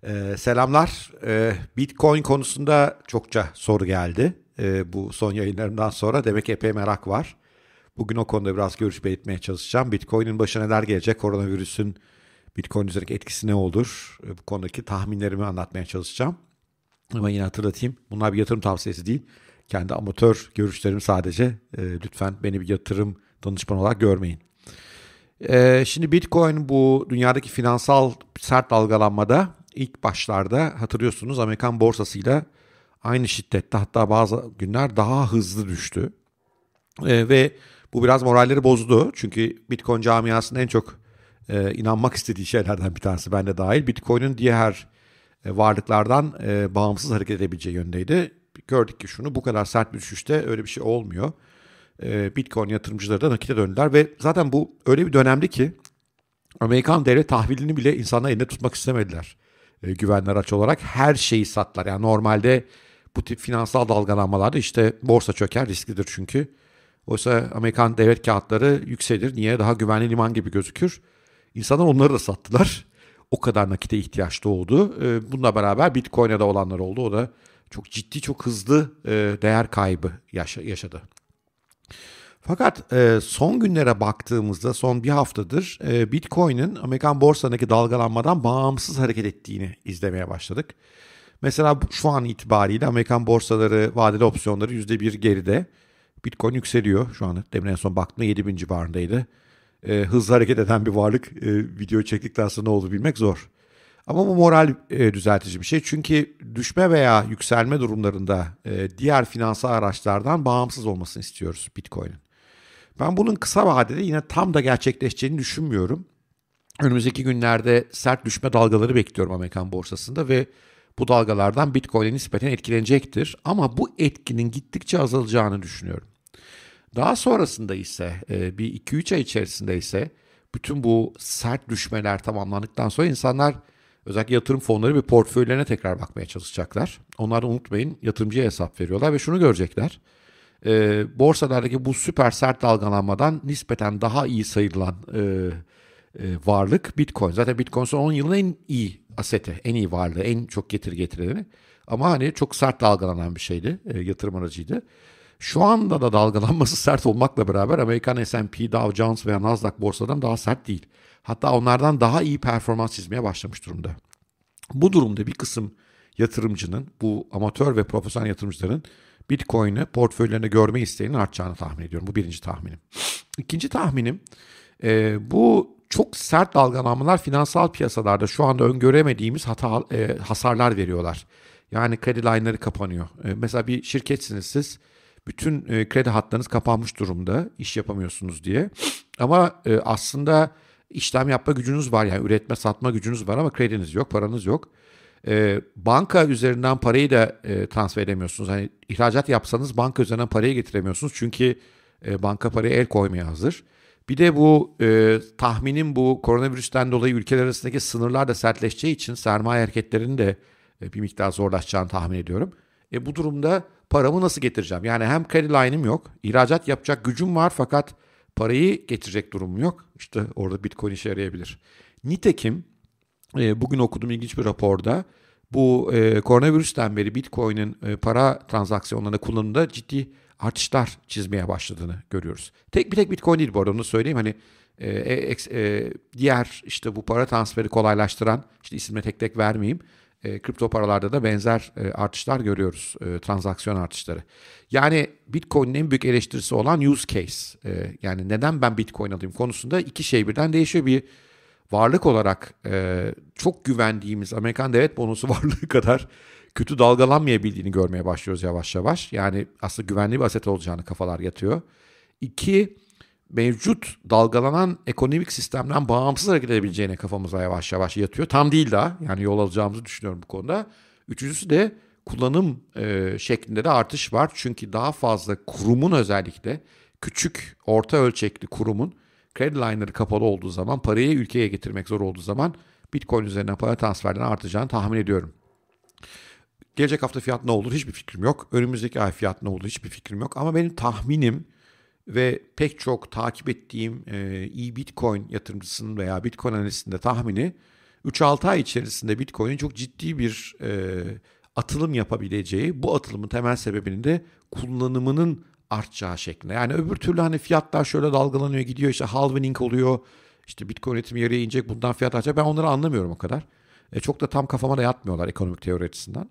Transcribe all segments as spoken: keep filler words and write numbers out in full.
Ee, selamlar. Ee, Bitcoin konusunda çokça soru geldi. Ee, bu son yayınlarımdan sonra demek ki epey merak var. Bugün o konuda biraz görüş belirtmeye çalışacağım. Bitcoin'in başına neler gelecek, koronavirüsün Bitcoin üzerindeki etkisi ne olur? Ee, bu konudaki tahminlerimi anlatmaya çalışacağım. Ama yine hatırlatayım, bunlar bir yatırım tavsiyesi değil. Kendi amatör görüşlerim sadece. Ee, lütfen beni bir yatırım danışmanı olarak görmeyin. Ee, şimdi Bitcoin bu dünyadaki finansal sert dalgalanmada ilk başlarda hatırlıyorsunuz Amerikan borsasıyla aynı şiddette, hatta bazı günler daha hızlı düştü. Ee, ve bu biraz moralleri bozdu. Çünkü Bitcoin camiasının en çok e, inanmak istediği şeylerden bir tanesi, ben de dahil, Bitcoin'in diğer e, varlıklardan e, bağımsız hareket edebileceği yönündeydi. Gördük ki şunu, bu kadar sert bir düşüşte öyle bir şey olmuyor. Bitcoin yatırımcıları da nakite döndüler ve zaten bu öyle bir dönemdi ki Amerikan devlet tahvilini bile insanlar elinde tutmak istemediler. E, güvenli araç olarak her şeyi sattılar. Yani normalde bu tip finansal dalgalanmalarda işte borsa çöker, risklidir çünkü. Oysa Amerikan devlet kağıtları yükselir. Niye? Daha güvenli liman gibi gözükür. İnsanlar onları da sattılar. O kadar nakite ihtiyaç doğdu. E, bununla beraber Bitcoin'e de olanlar oldu. O da çok ciddi, çok hızlı e, değer kaybı yaşa- yaşadı. Fakat e, son günlere baktığımızda son bir haftadır e, Bitcoin'in Amerikan borsadaki dalgalanmadan bağımsız hareket ettiğini izlemeye başladık. Mesela şu an itibariyle Amerikan borsaları vadeli opsiyonları yüzde bir geride. Bitcoin yükseliyor şu an. Demin en son baktığımda yedi bin civarındaydı. E, hızlı hareket eden bir varlık, e, video çektikten sonra ne olur bilmek zor. Ama bu moral e, düzeltici bir şey. Çünkü düşme veya yükselme durumlarında e, diğer finansal araçlardan bağımsız olmasını istiyoruz Bitcoin'in. Ben bunun kısa vadede yine tam da gerçekleşeceğini düşünmüyorum. Önümüzdeki günlerde sert düşme dalgaları bekliyorum Amerikan borsasında ve bu dalgalardan Bitcoin'e nispeten etkilenecektir. Ama bu etkinin gittikçe azalacağını düşünüyorum. Daha sonrasında ise bir iki üç ay içerisinde ise bütün bu sert düşmeler tamamlandıktan sonra insanlar, özellikle yatırım fonları ve portföylerine tekrar bakmaya çalışacaklar. Onlar da unutmayın, yatırımcıya hesap veriyorlar ve şunu görecekler. E, borsalardaki bu süper sert dalgalanmadan nispeten daha iyi sayılan e, e, varlık Bitcoin. Zaten Bitcoin son on yılın en iyi aseti, en iyi varlığı, en çok getiri getireni. Ama hani çok sert dalgalanan bir şeydi, e, yatırım aracıydı. Şu anda da dalgalanması sert olmakla beraber Amerikan S and P, Dow Jones veya Nasdaq borsadan daha sert değil. Hatta onlardan daha iyi performans çizmeye başlamış durumda. Bu durumda bir kısım yatırımcının, bu amatör ve profesyonel yatırımcıların Bitcoin'i portföylerine görme isteğinin artacağını tahmin ediyorum. Bu birinci tahminim. İkinci tahminim, e, bu çok sert dalgalanmalar finansal piyasalarda şu anda öngöremediğimiz hata, e, hasarlar veriyorlar. Yani kredi line'ları kapanıyor. E, mesela bir şirketsiniz siz. Bütün e, kredi hatlarınız kapanmış durumda, iş yapamıyorsunuz diye. Ama e, aslında işlem yapma gücünüz var, yani üretme satma gücünüz var ama krediniz yok, paranız yok. E, banka üzerinden parayı da e, transfer edemiyorsunuz. Hani ihracat yapsanız banka üzerinden parayı getiremiyorsunuz çünkü e, banka paraya el koymaya hazır. Bir de bu e, tahminim, bu koronavirüsten dolayı ülkeler arasındaki sınırlar da sertleşeceği için sermaye hareketlerinin de e, bir miktar zorlaşacağını tahmin ediyorum. E, bu durumda paramı nasıl getireceğim? Yani hem kredi line'im yok, ihracat yapacak gücüm var fakat parayı getirecek durumum yok. İşte orada Bitcoin işe yarayabilir. Nitekim e, bugün okuduğum ilginç bir raporda bu e, koronavirüsten beri Bitcoin'in e, para transaksiyonlarında kullanımında ciddi artışlar çizmeye başladığını görüyoruz. Tek bir tek Bitcoin değil bu arada, onu söyleyeyim. Hani e, e, e, diğer işte bu para transferi kolaylaştıran, işte isimle tek tek vermeyeyim, E, kripto paralarda da benzer e, artışlar görüyoruz, e, transaksiyon artışları. Yani Bitcoin'in en büyük eleştirisi olan use case, e, yani neden ben Bitcoin alayım konusunda iki şey birden değişiyor. Bir, varlık olarak e, çok güvendiğimiz Amerikan devlet bonosu varlığı kadar kötü dalgalanmayabildiğini görmeye başlıyoruz yavaş yavaş. Yani aslında güvenli bir aset olacağını kafalar yatıyor. İki, mevcut dalgalanan ekonomik sistemden bağımsız hareket edebileceğine kafamıza yavaş yavaş yatıyor. Tam değil daha, yani yol alacağımızı düşünüyorum bu konuda. Üçüncüsü de kullanım e, şeklinde de artış var. Çünkü daha fazla kurumun, özellikle küçük orta ölçekli kurumun kredi line'ları kapalı olduğu zaman, parayı ülkeye getirmek zor olduğu zaman Bitcoin üzerinden para transferlerinin artacağını tahmin ediyorum. Gelecek hafta fiyat ne olur hiçbir fikrim yok. Önümüzdeki ay fiyat ne olur hiçbir fikrim yok. Ama benim tahminim ve pek çok takip ettiğim e, iyi Bitcoin yatırımcısının veya Bitcoin analistinin de tahmini, üç altı ay içerisinde Bitcoin'in çok ciddi bir e, atılım yapabileceği, bu atılımın temel sebebinin de kullanımının artacağı şeklinde. Yani öbür türlü hani fiyatlar şöyle dalgalanıyor gidiyor, işte halvening oluyor, işte Bitcoin üretimi yarıya inecek, bundan fiyat artacak. Ben onları anlamıyorum o kadar. E, çok da tam kafama da yatmıyorlar ekonomik teori açısından.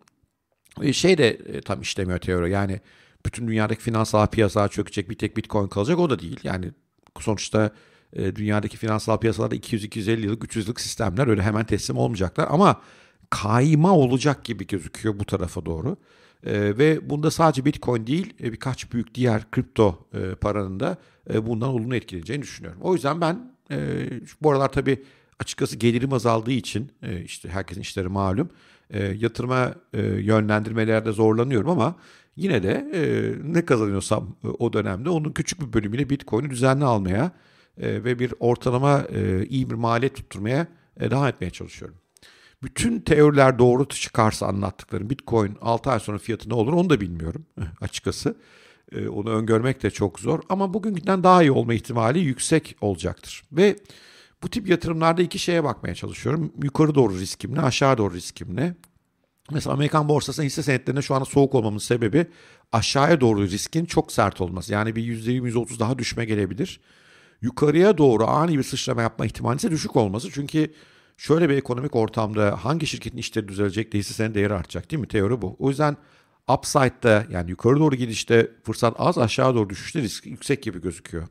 E, şey de e, tam işlemiyor teori. Yani bütün dünyadaki finansal piyasalar çökecek, bir tek Bitcoin kalacak, o da değil. Yani sonuçta e, dünyadaki finansal piyasalarda iki yüz iki yüz elli yıllık, üç yüz yıllık sistemler, öyle hemen teslim olmayacaklar. Ama kayma olacak gibi gözüküyor bu tarafa doğru. E, ve bunda sadece Bitcoin değil, e, birkaç büyük diğer kripto e, paranın da e, bundan olumlu etkileneceğini düşünüyorum. O yüzden ben e, bu aralar tabii açıkçası gelirim azaldığı için, e, işte herkesin işleri malum, e, yatırıma e, yönlendirmelerde zorlanıyorum ama yine de e, ne kazanıyorsam e, o dönemde onun küçük bir bölümüyle Bitcoin'i düzenli almaya e, ve bir ortalama e, iyi bir maliyet tutturmaya e, devam etmeye çalışıyorum. Bütün teoriler doğru çıkarsa anlattıklarım, Bitcoin altı ay sonra fiyatı ne olur onu da bilmiyorum açıkçası. E, onu öngörmek de çok zor ama bugünkünden daha iyi olma ihtimali yüksek olacaktır. Ve bu tip yatırımlarda iki şeye bakmaya çalışıyorum. Yukarı doğru riskim ne, aşağı doğru riskim ne? Mesela Amerikan borsasında hisse senetlerinde şu anda soğuk olmamın sebebi aşağıya doğru riskin çok sert olması. Yani bir yüzde yirmi yüzde otuz daha düşme gelebilir. Yukarıya doğru ani bir sıçrama yapma ihtimali ise düşük olması. Çünkü şöyle bir ekonomik ortamda hangi şirketin işleri düzelecek de hisse senedi değeri artacak, değil mi? Teori bu. O yüzden upside'da, yani yukarı doğru gidişte fırsat az, aşağı doğru düşüşte risk yüksek gibi gözüküyor.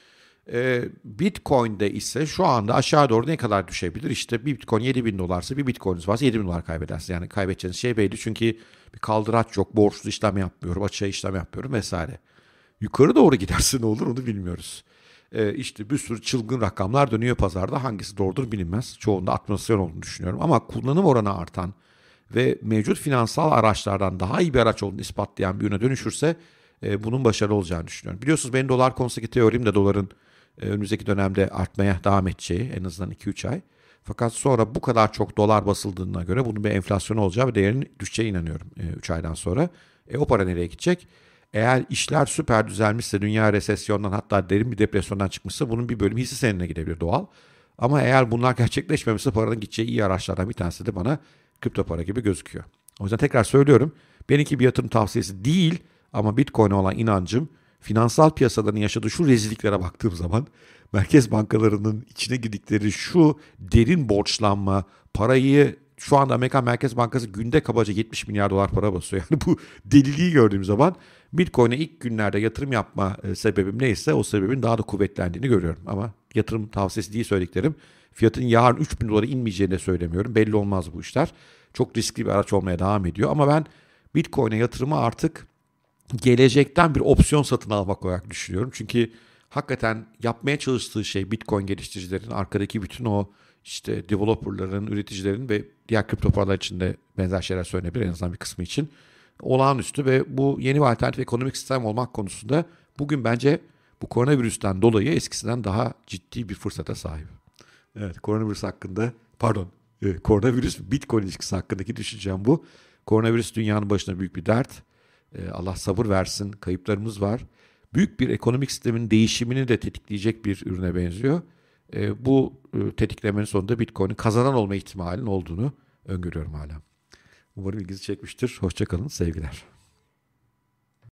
Ee, Bitcoin'de ise şu anda aşağı doğru ne kadar düşebilir? İşte bir Bitcoin yedi bin dolarsa, bir Bitcoin'iniz varsa yedi bin dolar kaybedersiniz. Yani kaybedeceğiniz şey belli, çünkü bir kaldıraç yok, borçlu işlem yapmıyorum, açığa işlem yapmıyorum vesaire. Yukarı doğru giderse ne olur onu bilmiyoruz. Ee, işte bir sürü çılgın rakamlar dönüyor pazarda, hangisi doğrudur bilinmez. Çoğunda atmosfer olduğunu düşünüyorum ama kullanım oranı artan ve mevcut finansal araçlardan daha iyi bir araç olduğunu ispatlayan bir ürüne dönüşürse e, bunun başarılı olacağını düşünüyorum. Biliyorsunuz benim dolar konusundaki teorim de doların e, önümüzdeki dönemde artmaya devam edeceği, en azından iki üç ay. Fakat sonra bu kadar çok dolar basıldığına göre bunun bir enflasyon olacağı ve değerinin düşeceğine inanıyorum üç aydan sonra. E, o para nereye gidecek? Eğer işler süper düzelmişse, dünya resesyondan, hatta derin bir depresyondan çıkmışsa, bunun bir bölümü hisse senedine gidebilir, doğal. Ama eğer bunlar gerçekleşmemişse paranın gideceği iyi araçlardan bir tanesi de bana kripto para gibi gözüküyor. O yüzden tekrar söylüyorum, benimki bir yatırım tavsiyesi değil ama Bitcoin'e olan inancım, finansal piyasaların yaşadığı şu rezilliklere baktığım zaman, merkez bankalarının içine girdikleri şu derin borçlanma, parayı şu anda Amerikan Merkez Bankası günde kabaca yetmiş milyar dolar para basıyor. Yani bu deliliği gördüğüm zaman Bitcoin'e ilk günlerde yatırım yapma e, sebebim neyse, o sebebin daha da kuvvetlendiğini görüyorum. Ama yatırım tavsiyesi değil söylediklerim. Fiyatın yarın üç bin dolara inmeyeceğini de söylemiyorum. Belli olmaz bu işler. Çok riskli bir araç olmaya devam ediyor. Ama ben Bitcoin'e yatırımı artık gelecekten bir opsiyon satın almak olarak düşünüyorum. Çünkü hakikaten yapmaya çalıştığı şey, Bitcoin geliştiricilerin, arkadaki bütün o işte developerların, üreticilerin ve diğer kripto paralar için de benzer şeyler söylenebilir, en azından bir kısmı için, olağanüstü ve bu yeni bir alternatif ekonomik sistem olmak konusunda bugün bence bu koronavirüsten dolayı eskisinden daha ciddi bir fırsata sahip. Evet, koronavirüs hakkında, pardon, e, koronavirüs Bitcoin ilişkisi hakkındaki düşüncem bu. Koronavirüs dünyanın başına büyük bir dert. E, Allah sabır versin, kayıplarımız var. Büyük bir ekonomik sistemin değişimini de tetikleyecek bir ürüne benziyor. E, bu e, tetiklemenin sonunda Bitcoin'in kazanan olma ihtimalinin olduğunu öngörüyorum hala. Umarım ilginizi çekmiştir. Hoşça kalın, sevgiler.